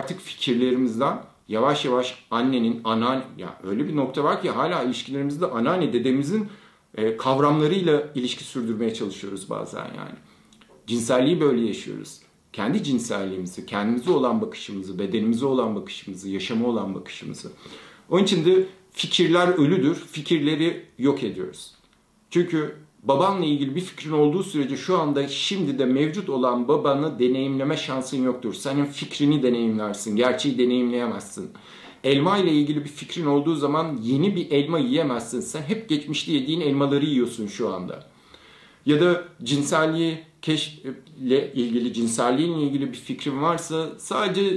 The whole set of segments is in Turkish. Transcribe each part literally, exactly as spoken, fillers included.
artık fikirlerimizden yavaş yavaş annenin, anneanne, ya öyle bir nokta var ki hala ilişkilerimizde anneanne, dedemizin e, kavramlarıyla ilişki sürdürmeye çalışıyoruz bazen yani. Cinselliği böyle yaşıyoruz. Kendi cinselliğimizi, kendimize olan bakışımızı, bedenimize olan bakışımızı, yaşama olan bakışımızı. Onun için de fikirler ölüdür, fikirleri yok ediyoruz. Çünkü babanla ilgili bir fikrin olduğu sürece şu anda şimdi de mevcut olan babanı deneyimleme şansın yoktur. Senin fikrini deneyimlersin, gerçeği deneyimleyemezsin. Elma ile ilgili bir fikrin olduğu zaman yeni bir elma yiyemezsin. Sen hep geçmişte yediğin elmaları yiyorsun şu anda. Ya da cinselliği keşfle ilgili, cinselliğinle ilgili bir fikrin varsa sadece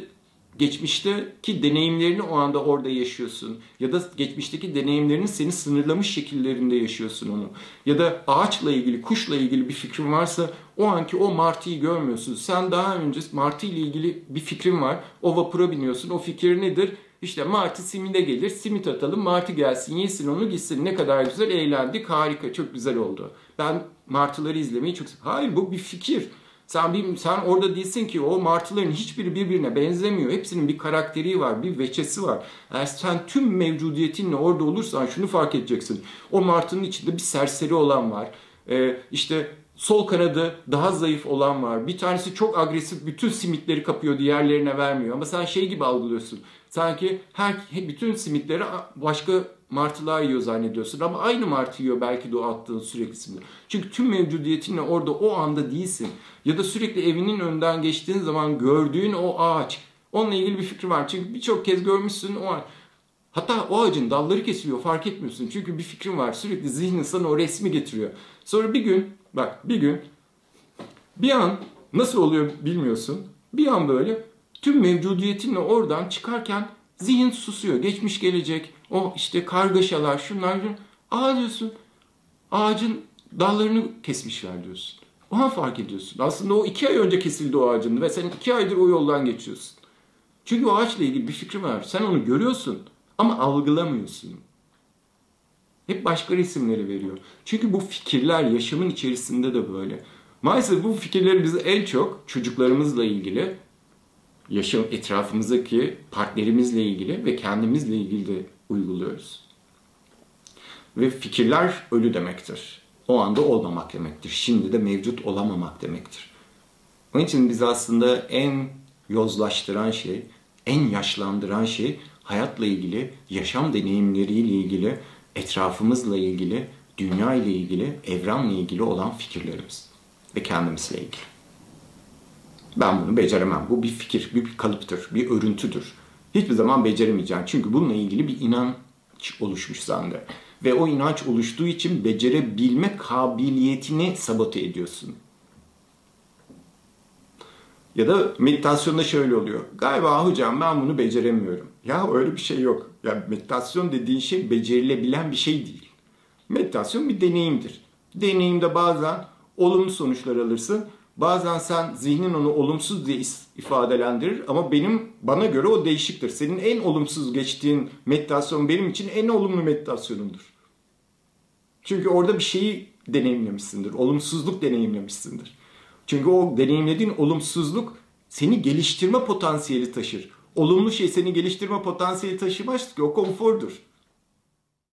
geçmişteki deneyimlerini o anda orada yaşıyorsun. Ya da geçmişteki deneyimlerinin seni sınırlamış şekillerinde yaşıyorsun onu. Ya da ağaçla ilgili, kuşla ilgili bir fikrin varsa o anki o martıyı görmüyorsun. Sen daha önce martı ile ilgili bir fikrin var. O vapura biniyorsun. O fikir nedir? İşte martı simide gelir, simit atalım, martı gelsin, yesin onu, gitsin. Ne kadar güzel eğlendik, harika, çok güzel oldu. Ben martıları izlemeyi çok seviyorum. Hayır, bu bir fikir. Sen, bir, sen orada değilsin ki, o martıların hiçbiri birbirine benzemiyor. Hepsinin bir karakteri var, bir veçesi var. Eğer sen tüm mevcudiyetinle orada olursan şunu fark edeceksin. O martının içinde bir serseri olan var. Ee, işte sol kanadı daha zayıf olan var. Bir tanesi çok agresif, bütün simitleri kapıyor, diğerlerine vermiyor. Ama sen şey gibi algılıyorsun. Sanki her bütün simitleri başka martılar yiyor zannediyorsun. Ama aynı martı yiyor belki de o attığın sürekli simit. Çünkü tüm mevcudiyetinle orada o anda değilsin. Ya da sürekli evinin önünden geçtiğin zaman gördüğün o ağaç. Onunla ilgili bir fikri var. Çünkü birçok kez görmüşsün o ağaç. Hatta o ağacın dalları kesiliyor, fark etmiyorsun. Çünkü bir fikrin var. Sürekli zihnin sana o resmi getiriyor. Sonra bir gün, bak bir gün, bir an nasıl oluyor bilmiyorsun. Bir an böyle tüm mevcudiyetinle oradan çıkarken zihin susuyor. Geçmiş gelecek, o işte kargaşalar, şunlar, şunlar. Aa diyorsun, ağacın dallarını kesmişler diyorsun. O an fark ediyorsun. Aslında o iki ay önce kesildi o ağacın ve sen iki aydır o yoldan geçiyorsun. Çünkü o ağaçla ilgili bir fikrin var. Sen onu görüyorsun ama algılamıyorsun. Hep başka resimleri veriyor. Çünkü bu fikirler yaşamın içerisinde de böyle. Maalesef bu fikirleri biz en çok çocuklarımızla ilgili, yaşam etrafımızdaki partnerimizle ilgili ve kendimizle ilgili de uyguluyoruz. Ve fikirler ölü demektir. O anda olmamak demektir. Şimdi de mevcut olamamak demektir. Onun için biz aslında en yozlaştıran şey, en yaşlandıran şey hayatla ilgili, yaşam deneyimleriyle ilgili, etrafımızla ilgili, dünya ile ilgili, evrenle ilgili olan fikirlerimiz ve kendimizle ilgili. Ben bunu beceremem. Bu bir fikir, bir kalıptır, bir örüntüdür. Hiçbir zaman beceremeyeceğim. Çünkü bununla ilgili bir inanç oluşmuş sende. Ve o inanç oluştuğu için becerebilme kabiliyetini sabote ediyorsun. Ya da meditasyonda şöyle oluyor. Galiba hocam ben bunu beceremiyorum. Ya öyle bir şey yok. Ya meditasyon dediğin şey becerilebilen bir şey değil. Meditasyon bir deneyimdir. Deneyimde bazen olumlu sonuçlar alırsın. Bazen sen zihnin onu olumsuz diye ifadelendirir ama benim bana göre o değişiktir. Senin en olumsuz geçtiğin meditasyon benim için en olumlu meditasyonumdur. Çünkü orada bir şeyi deneyimlemişsindir. Olumsuzluk deneyimlemişsindir. Çünkü o deneyimlediğin olumsuzluk seni geliştirme potansiyeli taşır. Olumlu şey seni geliştirme potansiyeli taşımaz ki, o konfordur.